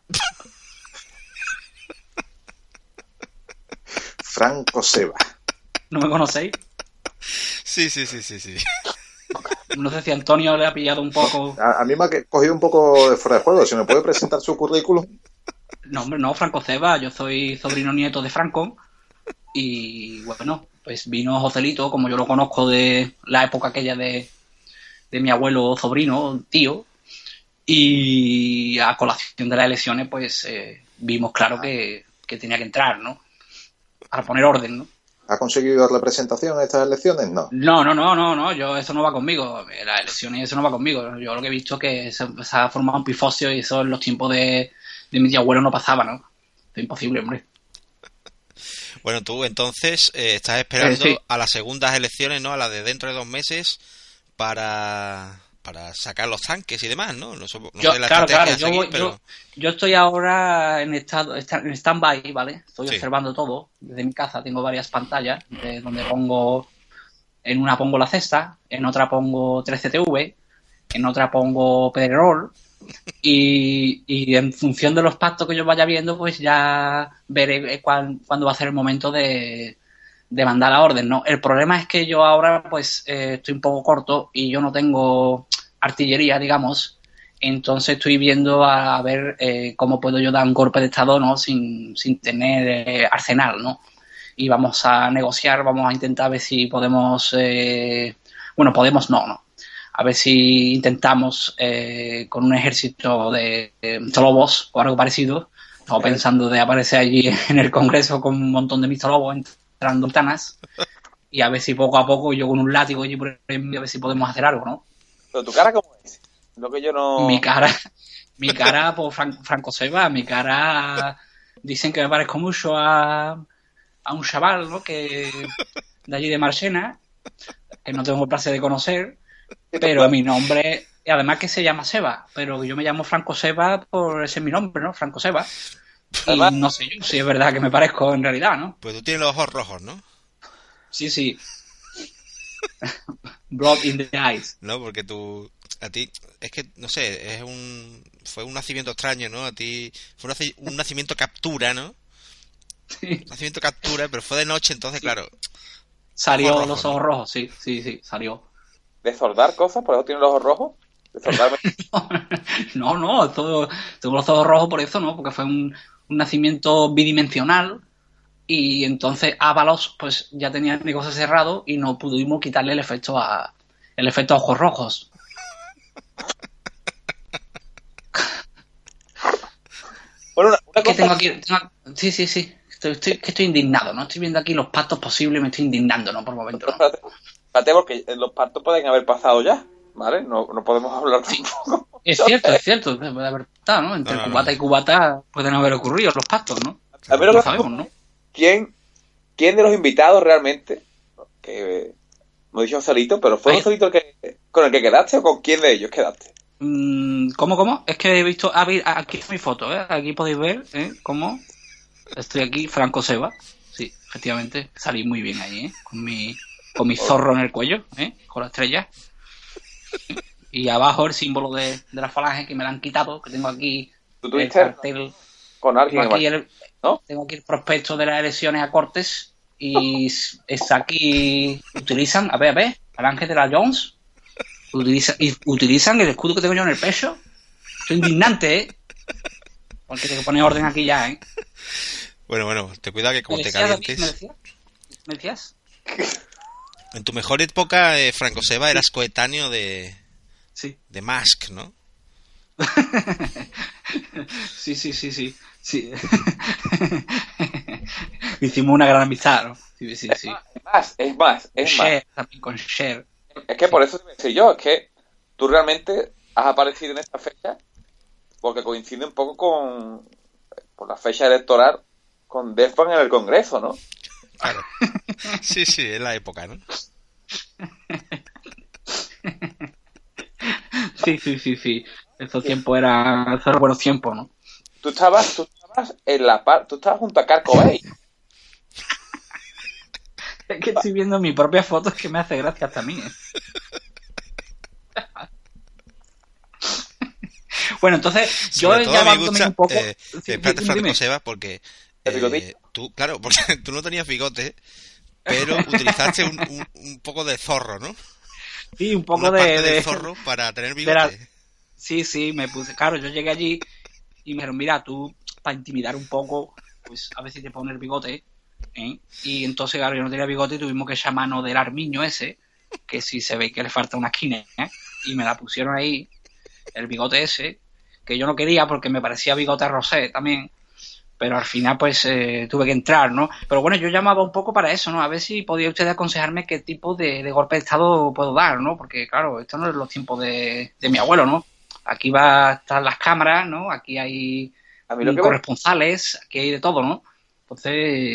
Franco Seba. ¿No me conocéis? Sí. No sé si Antonio le ha pillado un poco. A mí me ha cogido un poco de fuera de juego. Si me puede presentar su currículum. No, hombre, no, Franco Seba. Yo soy sobrino nieto de Franco. Y bueno, pues vino Joselito, como yo lo conozco de la época aquella de mi abuelo sobrino, tío. Y a colación de las elecciones, pues vimos claro que tenía que entrar, ¿no? Para poner orden, ¿no? ¿Ha conseguido representación en estas elecciones? No. No, yo eso no va conmigo. Las elecciones eso no va conmigo. Yo lo que he visto es que se ha formado un pifocio y eso en los tiempos de mi tío abuelo no pasaba, ¿no? Es imposible, hombre. Bueno, tú entonces estás esperando sí. a las segundas elecciones, ¿no? A las de dentro de 2 meses para sacar los tanques y demás, ¿no? No sé la estrategia a seguir, pero... yo estoy ahora en stand-by, ¿vale? Estoy Sí. observando todo desde mi casa. Tengo varias pantallas donde en una pongo la cesta, en otra pongo 3CTV, en otra pongo Pedrerol, y en función de los pactos que yo vaya viendo, pues ya veré cuándo va a ser el momento de mandar la orden, ¿no? El problema es que yo ahora pues estoy un poco corto y yo no tengo artillería, digamos, entonces estoy viendo a ver cómo puedo yo dar un golpe de estado, ¿no? Sin tener arsenal, ¿no? Y vamos a negociar, vamos a intentar ver si podemos, podemos no. A ver si intentamos con un ejército de mistolobos o algo parecido. Estamos pensando de aparecer allí en el Congreso con un montón de mistolobos entrando ventanas y a ver si poco a poco yo con un látigo allí por ahí, a ver si podemos hacer algo, ¿no? Pero tu cara, ¿cómo es? Lo que yo no... Mi cara, pues Franco Seba, mi cara dicen que me parezco mucho a un chaval, ¿no? Que de allí de Marchena, que no tengo el placer de conocer, pero mi nombre, además que se llama Seba, pero yo me llamo Franco Seba por ese es mi nombre, ¿no? Franco Seba. Además, y no sé yo si es verdad que me parezco en realidad, ¿no? Pues tú tienes los ojos rojos, ¿no? Sí. Blood in the eyes. No, porque a ti, es que, no sé, fue un nacimiento extraño, ¿no? A ti fue un nacimiento captura, ¿no? Sí. Nacimiento captura, pero fue de noche, entonces, claro. Salió los ojos rojos, sí, salió. ¿De soldar cosas? ¿Por eso tiene los ojos rojos? ¿De soldarme? No, tengo los ojos rojos por eso, ¿no? Porque fue un nacimiento bidimensional y entonces Ábalos pues ya tenía el negocio cerrado y no pudimos quitarle el efecto a ojos rojos. Bueno, una Que cosa... tengo aquí... Sí. Estoy indignado, ¿no? Estoy viendo aquí los pactos posibles y me estoy indignando, ¿no? Por momentos, ¿no? Espérate, porque los pactos pueden haber pasado ya, ¿vale? No podemos hablar tampoco. Es cierto, puede haber estado, ¿no? Entre cubata y cubata pueden haber ocurrido los pactos, ¿no? A ver, no sabemos, ¿no? ¿Quién de los invitados realmente, que me he dicho Joselito, pero fue Joselito con el que quedaste o con quién de ellos quedaste? ¿Cómo? Es que he visto, aquí está mi foto, ¿eh? Aquí podéis ver, cómo estoy aquí, Franco Seba. Sí, efectivamente, salí muy bien ahí, ¿eh? Con mi zorro en el cuello, con la estrella. Y abajo el símbolo de la falange que me la han quitado, que tengo aquí el cartel. Con alguien, tengo aquí el prospecto de las elecciones a Cortes y está aquí, utilizan, a ver, falange de la Jones, utilizan el escudo que tengo yo en el pecho. Estoy indignante, porque tengo que poner orden aquí ya, Bueno, te cuida que como te calientes. ¿Me decías? En tu mejor época, Franco Seba, eras coetáneo de Musk, ¿no? Sí. Hicimos una gran amistad, ¿no? Sí. Es más. También con Cher. Es que por eso te voy a decir yo, es que tú realmente has aparecido en esta fecha porque coincide un poco por la fecha electoral con Defban en el Congreso, ¿no? Claro. Sí, es la época, ¿no? Sí. Esos tiempos eran buenos tiempos, ¿no? Tú estabas tú estabas junto a Kurt Cobain. Es que estoy viendo mi propia foto, es que me hace gracia hasta a mí, Bueno, entonces, yo ya dándome un poco... espérate, Franco Seba, porque tú, claro, porque tú no tenías bigote, pero utilizaste un poco de zorro, ¿no? Sí, un poco de zorro para tener bigote. Sí, me puse... Claro, yo llegué allí y me dijeron, mira, tú, para intimidar un poco, pues a ver si te pones el bigote, Y entonces, claro, yo no tenía bigote y tuvimos que echar mano del armiño ese, que sí se ve que le falta una esquina, y me la pusieron ahí, el bigote ese, que yo no quería porque me parecía bigote rosé también, pero al final pues tuve que entrar, ¿no? Pero bueno, yo llamaba un poco para eso, ¿no? A ver si podía ustedes aconsejarme qué tipo de golpe de estado puedo dar, ¿no? Porque claro, esto no es los tiempos de mi abuelo, ¿no? Aquí va a estar las cámaras, ¿no? Aquí hay corresponsales, aquí hay de todo, ¿no? Entonces,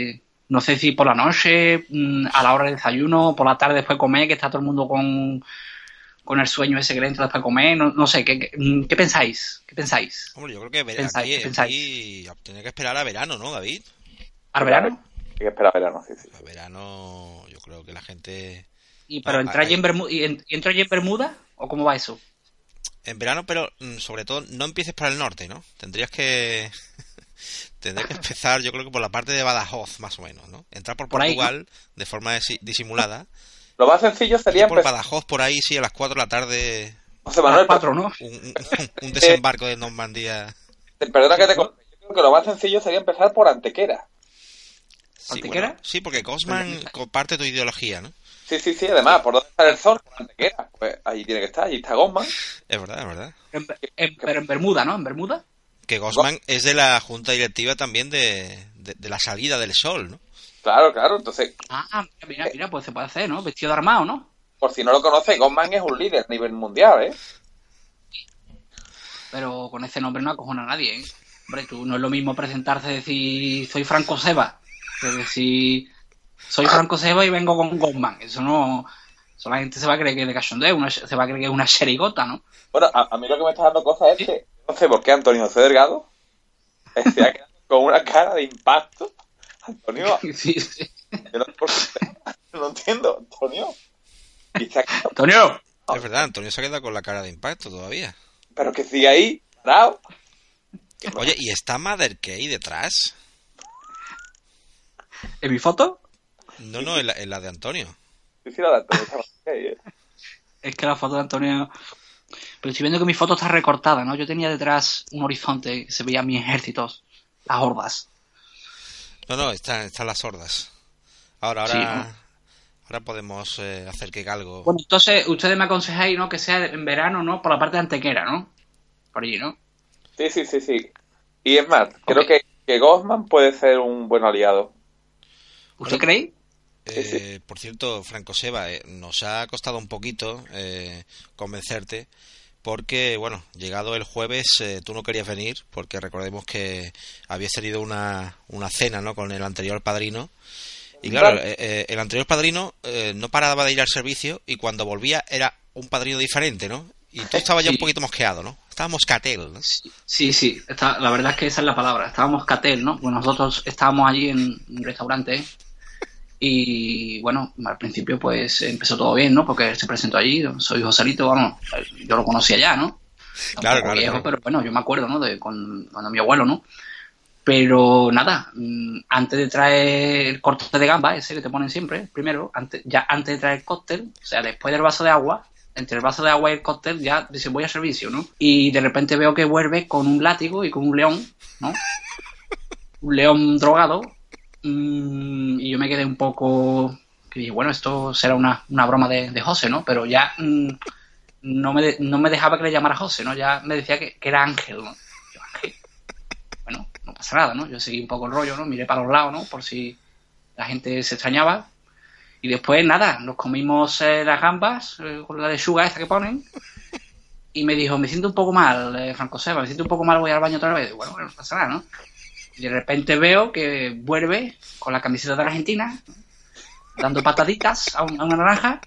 no sé si por la noche, a la hora del desayuno, por la tarde después de comer, que está todo el mundo con el sueño ese que le entra después de comer, no sé, ¿qué pensáis? ¿Qué pensáis? Hombre, yo creo que aquí tiene que esperar a verano, ¿no, David? ¿Al verano? Hay que esperar a verano, sí. A verano, yo creo que la gente... ¿Pero entra allí en Bermuda? ¿O cómo va eso? En verano, pero sobre todo no empieces por el norte, ¿no? Tendrías que empezar, yo creo que por la parte de Badajoz, más o menos, ¿no? Entrar por Portugal ahí, ¿no? De forma disimulada. Lo más sencillo sería por Badajoz, por ahí, sí, a las 4 de la tarde. José Manuel, 4, ¿no? Un desembarco de Normandía. Perdona que te corte. Yo creo que lo más sencillo sería empezar por Antequera. Sí, ¿Antequera? Bueno, sí, porque Cosman comparte tu ideología, ¿no? Sí, además, ¿por dónde está el sol? Por Antequera. Pues allí tiene que estar, allí está Gosman. Es verdad. Pero en Bermuda, ¿no? En Bermuda. Que Gosman es de la junta directiva también de la salida del sol, ¿no? Claro, entonces... Mira, pues se puede hacer, ¿no? Vestido de armado, ¿no? Por si no lo conoce, Gosman es un líder a nivel mundial, ¿eh? Pero con ese nombre no acojona a nadie, ¿eh? Hombre, tú no es lo mismo presentarse y decir soy Franco Seba que decir soy Franco Seba y vengo con Gosman. Eso no... Eso la gente se va a creer que es de cachondeo, se va a creer que es una cherigota, ¿no? Bueno, a mí lo que me está dando cosa es que no sé por qué Antonio José Delgado se ha quedado con una cara de impacto. Antonio, sí. Yo no entiendo, Antonio. Antonio. Es verdad, Antonio se ha quedado con la cara de impacto todavía. Pero que sigue ahí, parado. Oye, ¿y está Mother Kay detrás? ¿En mi foto? No, en la de Antonio. Sí, la de Antonio está Mother Kay, Es que la foto de Antonio... Pero estoy viendo que mi foto está recortada, ¿no? Yo tenía detrás un horizonte, se veían mis ejércitos, las hordas. No, están las hordas. Ahora sí, ¿no? Ahora podemos hacer que algo... Bueno, entonces ustedes me aconsejáis, ¿no? Que sea en verano, ¿no? Por la parte de Antequera, ¿no? Por allí, ¿no? Sí. Y es más, creo que Gosman puede ser un buen aliado. ¿Usted cree? Sí. Por cierto, Franco Seba, nos ha costado un poquito convencerte porque, bueno, llegado el jueves tú no querías venir porque recordemos que habías tenido una cena, ¿no? Con el anterior padrino y claro, el anterior padrino no paraba de ir al servicio y cuando volvía era un padrino diferente, ¿no? Y tú estabas ya un poquito mosqueado, ¿no? Estábamos moscatel, ¿no? Sí. La verdad es que esa es la palabra. Estábamos moscatel, ¿no? Pues nosotros estábamos allí en un restaurante y, bueno, al principio pues empezó todo bien, ¿no? Porque él se presentó allí. Soy Joselito, vamos, yo lo conocía ya, ¿no? Claro. Viejo, pero bueno, yo me acuerdo, ¿no? De cuando mi abuelo, ¿no? Pero nada, antes de traer el corte de gamba, ese que te ponen siempre, primero, antes de traer el cóctel, o sea, después del vaso de agua, entre el vaso de agua y el cóctel, ya dice, voy a servicio, ¿no? Y de repente veo que vuelve con un látigo y con un león, ¿no? Un león drogado. Y yo me quedé un poco... Que dije, bueno, esto será una broma de José, ¿no? Pero ya no me dejaba que le llamara José, ¿no? Ya me decía que era Ángel, ¿no? Yo, Ángel. Bueno, no pasa nada, ¿no? Yo seguí un poco el rollo, ¿no? Miré para los lados, ¿no? Por si la gente se extrañaba. Y después, nada, nos comimos las gambas con la lechuga esta que ponen. Y me dijo, me siento un poco mal, Franco Seba, me siento un poco mal, voy al baño otra vez. Bueno, no pasa nada, ¿no? Y de repente veo que vuelve con la camiseta de la Argentina, dando pataditas a una naranja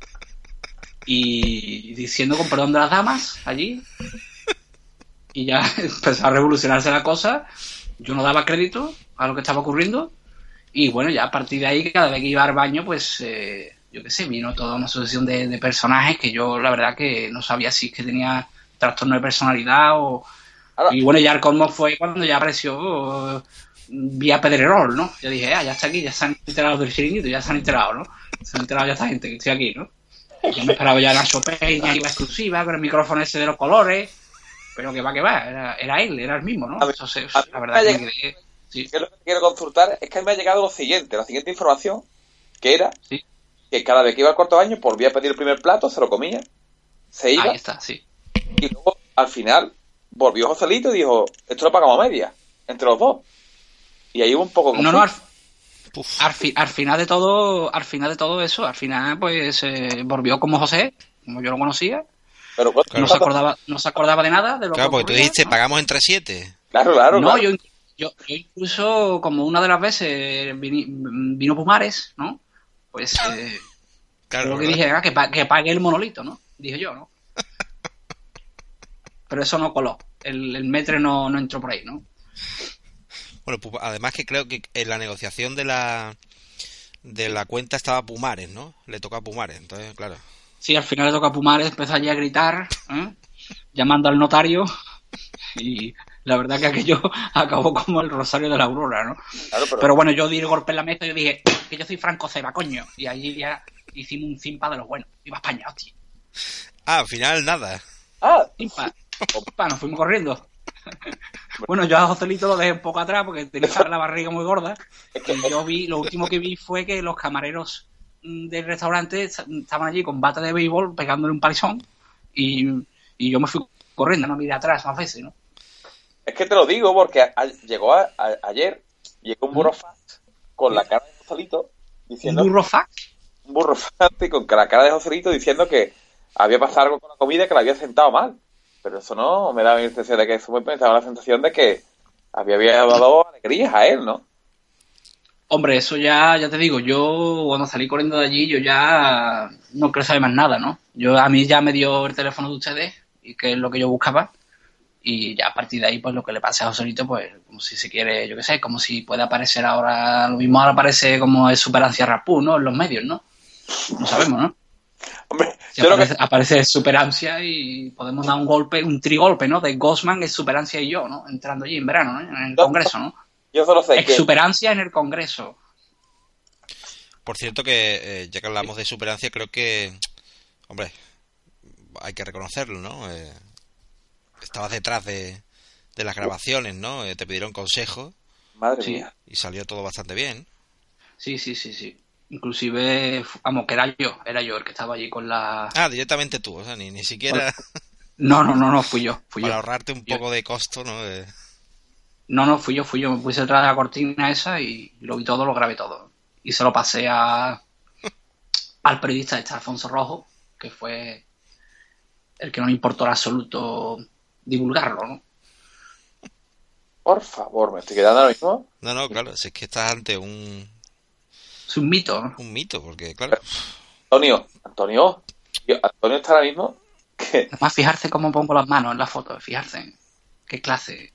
y diciendo con perdón de las damas allí. Y ya empezó a revolucionarse la cosa. Yo no daba crédito a lo que estaba ocurriendo. Y bueno, ya a partir de ahí, cada vez que iba al baño, pues, yo qué sé, vino toda una sucesión de personajes que yo, la verdad, que no sabía si es que tenía trastorno de personalidad o... Y bueno, ya el colmo fue cuando ya apareció vía Pedrerol, ¿no? Yo dije, ya está aquí, ya se han enterado del chiringuito, ya se han enterado, ¿no? Se han enterado ya esta gente que estoy aquí, ¿no? Yo me esperaba ya Nacho Peña y la exclusiva con el micrófono ese de los colores, pero que va, era él, era el mismo, ¿no? Entonces, la verdad que... Sí. Yo lo que quiero consultar es que me ha llegado la siguiente información, que era que cada vez que iba al cuarto baño volvía a pedir el primer plato, se lo comía, se iba. Ahí está, sí. Y luego, al final, volvió Joselito y dijo, esto lo pagamos a media, entre los dos. Y ahí hubo un poco... No, al final de todo eso, al final, pues, volvió como José, como yo lo conocía. Pero no se acordaba de nada de lo claro, que porque tú dijiste, ¿no? Pagamos entre 7. Claro. No, claro. Yo incluso, como una de las veces vino Pumares, ¿no? Pues Claro, creo que ¿verdad? dije, que pague el monolito, ¿no? Dije yo, ¿no? Pero eso no coló. El Metre no entró por ahí, ¿no? Bueno, además que creo que en la negociación de la cuenta estaba Pumares, ¿no? Le toca a Pumares, entonces, claro. Sí, al final le toca a Pumares, empezó allí a gritar, llamando al notario, y la verdad que aquello acabó como el Rosario de la Aurora, ¿no? Claro, Pero bueno, yo di el golpe en la mesa y yo dije que yo soy Franco Ceba, coño. Y allí ya hicimos un zimpa de los buenos. Viva España, hostia. Al final nada. Zimpa. Nos fuimos corriendo. Bueno, yo a Joselito lo dejé un poco atrás porque tenía la barriga muy gorda. Y lo último que vi fue que los camareros del restaurante estaban allí con bata de béisbol pegándole un palizón. Y yo me fui corriendo, no miré atrás más veces, ¿no? Es que te lo digo porque ayer llegó un burro fat con la cara de Joselito diciendo... ¿Un burro fat? Un burro fat y con la cara de Joselito diciendo que había pasado algo con la comida y que la había sentado mal. Pero eso no me da la sensación de que eso me daba la sensación de que había dado alegrías a él, ¿no? Hombre, eso ya te digo, yo cuando salí corriendo de allí, yo ya no quiero saber más nada, ¿no? A mí ya me dio el teléfono de ustedes, y que es lo que yo buscaba, y ya a partir de ahí, pues lo que le pase a Joselito, pues como si se quiere, yo qué sé, como si puede aparecer ahora, lo mismo ahora aparece como es Superancia Rapú, ¿no? En los medios, ¿no? No sabemos, ¿no? Hombre, si aparece Superancia y podemos dar un golpe, un trigolpe, ¿no? De Ghostman, es Superancia y yo, ¿no? Entrando allí en verano, ¿no? En el Congreso, ¿no? Yo solo sé Exuperancia en el Congreso. Por cierto que, ya que hablamos de Superancia, creo que, hombre, hay que reconocerlo, ¿no? Estabas detrás de las grabaciones, ¿no? Te pidieron consejo. Madre mía. Y salió todo bastante bien. Sí. Inclusive, vamos, que era yo el que estaba allí con la... Ah, directamente tú, o sea, ni siquiera... No, fui yo. Para ahorrarte un poco de costo, ¿no? No, fui yo. Me puse detrás de la cortina esa y lo vi todo, lo grabé todo. Y se lo pasé al periodista Alfonso Rojo, que fue el que no le importó en absoluto divulgarlo, ¿no? Por favor, ¿me estoy quedando ahora mismo? No, claro, si es que estás ante es un mito, ¿no? Un mito, porque, claro... Antonio está ahora mismo... Además, fijarse cómo pongo las manos en la foto, fijarse qué clase...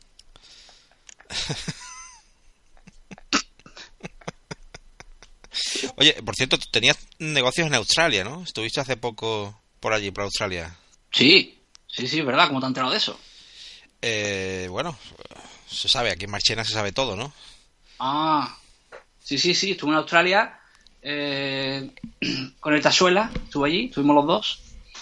Oye, por cierto, tú tenías negocios en Australia, ¿no? Estuviste hace poco por allí, por Australia. Sí, ¿verdad? ¿Cómo te has enterado de eso? Bueno, se sabe, aquí en Marchena se sabe todo, ¿no? Ah, sí, estuve en Australia con el Tachuela, estuve allí, estuvimos los dos.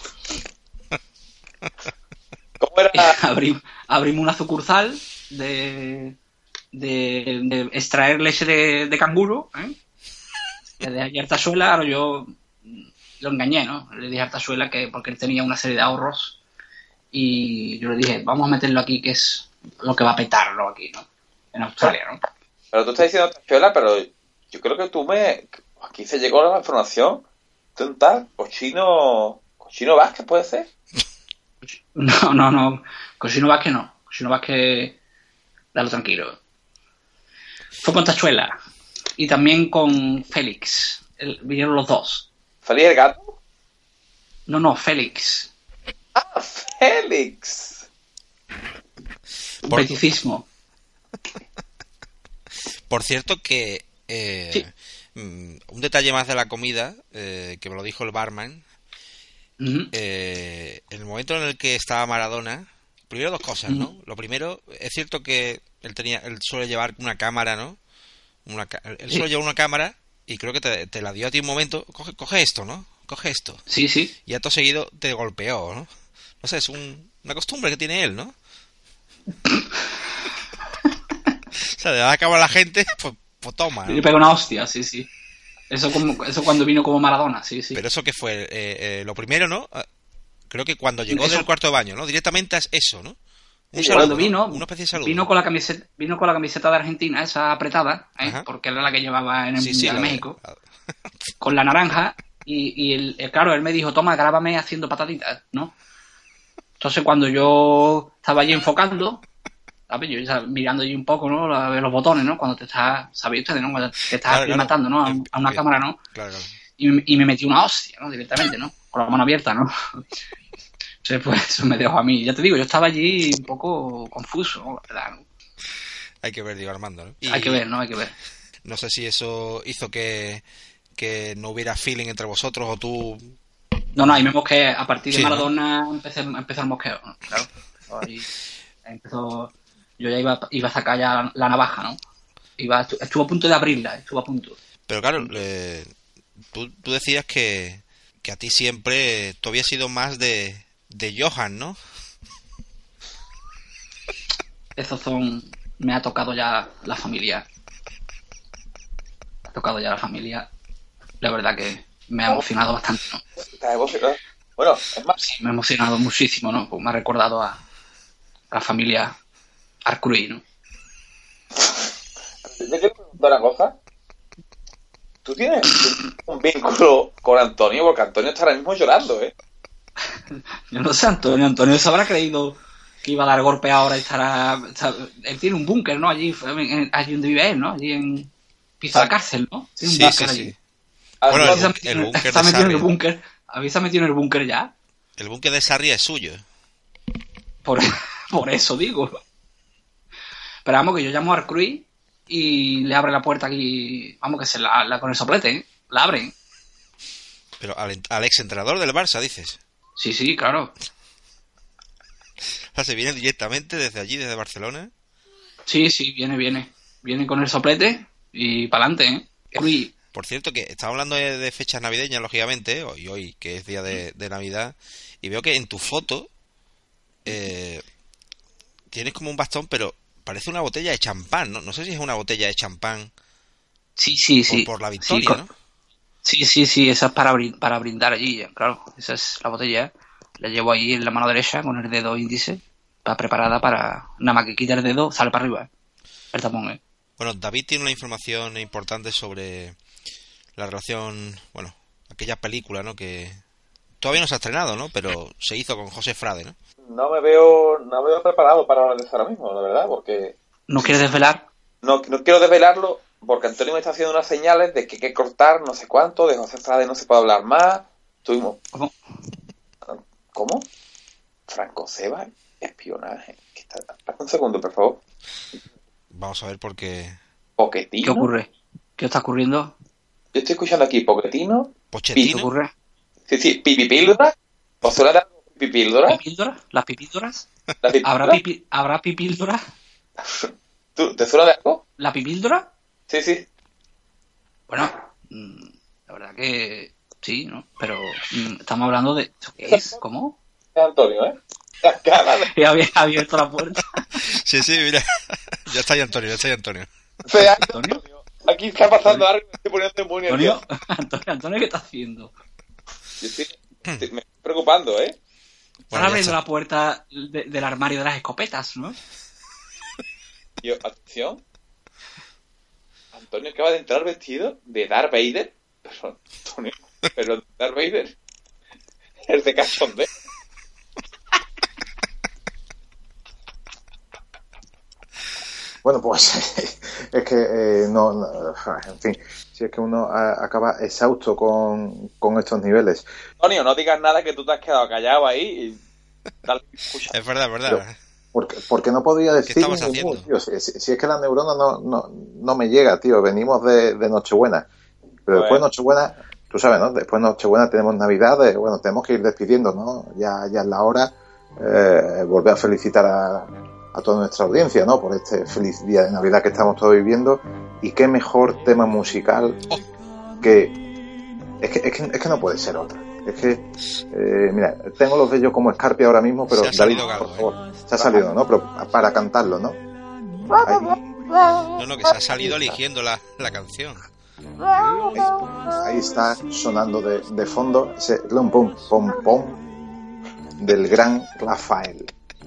¿Cómo era? Abrimos una sucursal de extraer leche de canguro, ¿eh? Le dije a Artazuela, ahora yo lo engañé, ¿no? Le dije a Artazuela que porque él tenía una serie de ahorros y yo le dije, vamos a meterlo aquí, que es lo que va a petarlo aquí, ¿no? En Australia, ¿no? Pero tú estás diciendo Artazuela, pero yo creo que aquí se llegó la información de un tal Cochino Vázquez, ¿puede ser? No, Cochino Vázquez no. Cochino Vázquez, dale tranquilo. Fue con Tachuela. Y también con Félix. Vinieron los dos. ¿Félix el gato? No, Félix. ¡Ah, Félix! Beticismo. Por cierto que... sí. Un detalle más de la comida, que me lo dijo el barman. Uh-huh. En el momento en el que estaba Maradona... Primero dos cosas, ¿no? Lo primero, es cierto que él suele llevar una cámara, ¿no? Él solo lleva una cámara y creo que te la dio a ti un momento. Coge esto, ¿no? Coge esto. Sí. Y acto seguido te golpeó, ¿no? No sé, es una costumbre que tiene él, ¿no? O sea, le da la cámara a la gente, pues toma, ¿no? Le pega una hostia, sí. Eso cuando vino como Maradona, sí. Pero eso que fue lo primero, ¿no? Creo que cuando llegó del cuarto de baño, ¿no? Directamente es eso, ¿no? Un saludo, cuando vino, una especie de saludo. Vino con la camiseta de Argentina, esa apretada, porque era la que llevaba en el Mundial de México, con la naranja, y claro, él me dijo, toma, grábame haciendo patatitas, ¿no? Entonces cuando yo estaba allí enfocando, ¿sabes? Yo ya mirando ahí un poco, ¿no? A ver los botones, ¿no? Cuando te estás, ¿sabéis ustedes, no? Cuando te estás aclimatando, ¿no? A una cámara, ¿no? Claro. Y me metí una hostia, ¿no? Directamente, ¿no? Con la mano abierta, ¿no? Entonces, pues eso me dejó a mí. Ya te digo, yo estaba allí un poco confuso, ¿no? La verdad, ¿no? Hay que ver, digo, Armando, ¿no? Hay que ver, ¿no? Hay que ver. No sé si eso hizo que no hubiera feeling entre vosotros o tú... No, ahí me mosqué. A partir de Sí, Maradona empezó el mosqueo, ¿no? Claro. Empezó... Yo ya iba a sacar ya la navaja, ¿no? Estuvo a punto de abrirla, estuvo a punto. Pero claro, tú decías que a ti siempre tú habías sido más de Johan, ¿no? Me ha tocado ya la familia. Me ha tocado ya la familia. La verdad que me ha emocionado bastante, ¿no? ¿Estás emocionado? Bueno, es más... Sí, me ha emocionado muchísimo, ¿no? Pues me ha recordado a la familia Arcruy, ¿no? Yo quiero preguntar una cosa. ¿Tú tienes un vínculo con Antonio? Porque Antonio está ahora mismo llorando, ¿eh? Yo no sé, Antonio se habrá creído que iba a dar golpe ahora y él tiene un búnker, ¿no? Allí donde vive él, ¿no? Allí en piso de la cárcel, ¿no? Tiene un búnker allí. Sí. Bueno, el búnker está de metido en Sarri. el búnker. ¿Habéis metido en el búnker ya? El búnker de Sarri es suyo. Por eso digo. Pero vamos, que yo llamo a Arcruy y le abre la puerta aquí. Vamos, que se la con el soplete, ¿eh? La abren. Pero al ex entrenador del Barça, dices. Sí, claro. O sea, se viene directamente desde allí, desde Barcelona. Sí, viene. Viene con el soplete y para adelante, ¿eh? Arcruy. Por cierto, que estaba hablando de fechas navideñas, lógicamente, y hoy, que es día de Navidad, y veo que en tu foto tienes como un bastón, pero parece una botella de champán, ¿no? No sé si es una botella de champán. Sí. Por la victoria, ¿no? Sí, esa es para brindar allí, claro. Esa es la botella. La llevo ahí en la mano derecha con el dedo índice, está preparada para... Nada más que quita el dedo, sale para arriba, el tapón, ¿eh? Bueno, David tiene una información importante sobre la relación, bueno, aquella película, ¿no? Que todavía no se ha estrenado, ¿no? Pero se hizo con José Frade, ¿no? No me veo preparado para hablar de eso ahora mismo, la verdad, porque... ¿No quieres desvelar? No quiero desvelarlo porque Antonio me está haciendo unas señales de que hay que cortar no sé cuánto, de José Frade no se puede hablar más. ¿Cómo? Franco Ceba, espionaje. Espera un segundo, por favor. Vamos a ver por qué... ¿Pochettino? ¿Qué ocurre? ¿Qué está ocurriendo? Yo estoy escuchando aquí Pochettino. ¿Pochettino? ¿Qué ocurre? Sí, pipipíldora. ¿Os suena de pipíldora? ¿Pipíldora? ¿Las pipíldoras? ¿La pipíldora? ¿Habrá pipíldora? ¿Te suena de algo? ¿La pipíldora? Sí. Bueno, la verdad que sí, ¿no? Pero estamos hablando de... ¿Eso qué es? ¿Cómo? Es Antonio, ¿eh? Y había abierto la puerta. Sí, mira. Ya está ahí Antonio. ¿Antonio? Aquí está pasando algo, me estoy poniendo muy nervioso. Antonio, ¿qué está haciendo? Me estoy preocupando, ¿eh? Están abriendo la puerta del armario de las escopetas, ¿no? Yo, atención. Antonio acaba de entrar vestido de Darth Vader. Pero Darth Vader es de cachondeo. Bueno, pues es que en fin, si es que uno acaba exhausto con estos niveles. Antonio, no digas nada, que tú te has quedado callado ahí y dale, escucha. Es verdad. Pero, porque no podría decir ¿Qué estamos haciendo? tío, si es que la neurona no me llega, tío. Venimos de Nochebuena, pero después de Nochebuena, tú sabes, ¿no? Después de Nochebuena tenemos Navidad, bueno, tenemos que ir despidiendo, ¿no? Ya es la hora, volver a felicitar a toda nuestra audiencia, ¿no? Por este feliz día de Navidad que estamos todos viviendo. Y qué mejor tema musical que... Es que no puede ser otra. Es que, mira, tengo los vellos como escarpia ahora mismo, pero David, por favor, se ha salido, ¿no? Pero para cantarlo, ¿no? No, que se ha salido eligiendo la canción. Ahí está sonando de fondo ese lum pum pom pom del gran Rafael.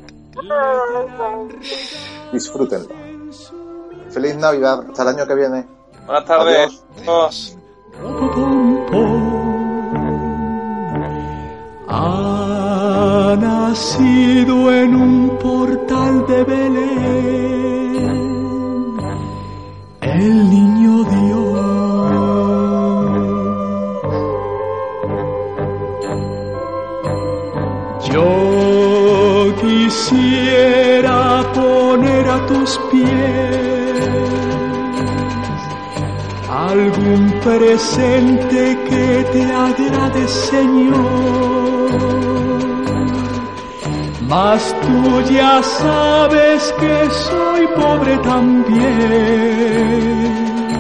Disfrútenlo. Feliz Navidad, hasta el año que viene. Buenas tardes. Adiós. Ha nacido en un portal de Belén, el niño Dios. Yo quisiera poner a tus pies algún presente que te agrade, Señor, mas tú ya sabes que soy pobre también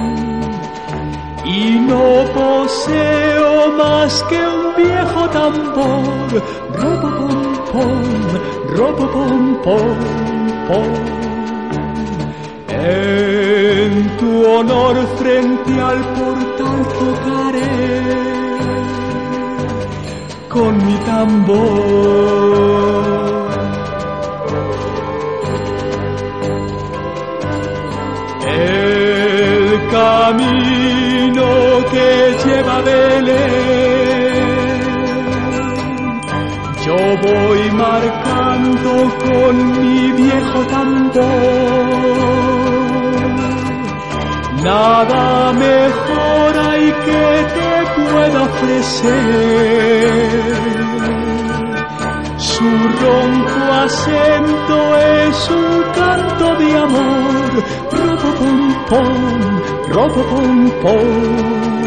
y no poseo más que un viejo tambor, ropopom pom, ropopom pom pom. En tu honor frente al portal tocaré con mi tambor. El camino que lleva a Belén, yo voy marcando con mi viejo tambor. Nada mejor hay que te pueda ofrecer. Su ronco acento es un canto de amor. Ropopom pom, ropopom pom.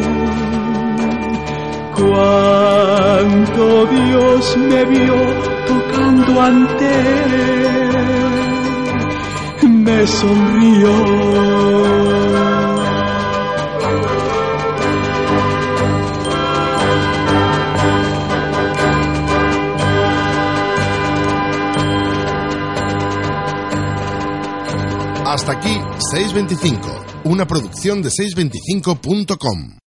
Cuánto Dios me vio tocando ante él, me sonrió. Hasta aquí 625, una producción de 625.com.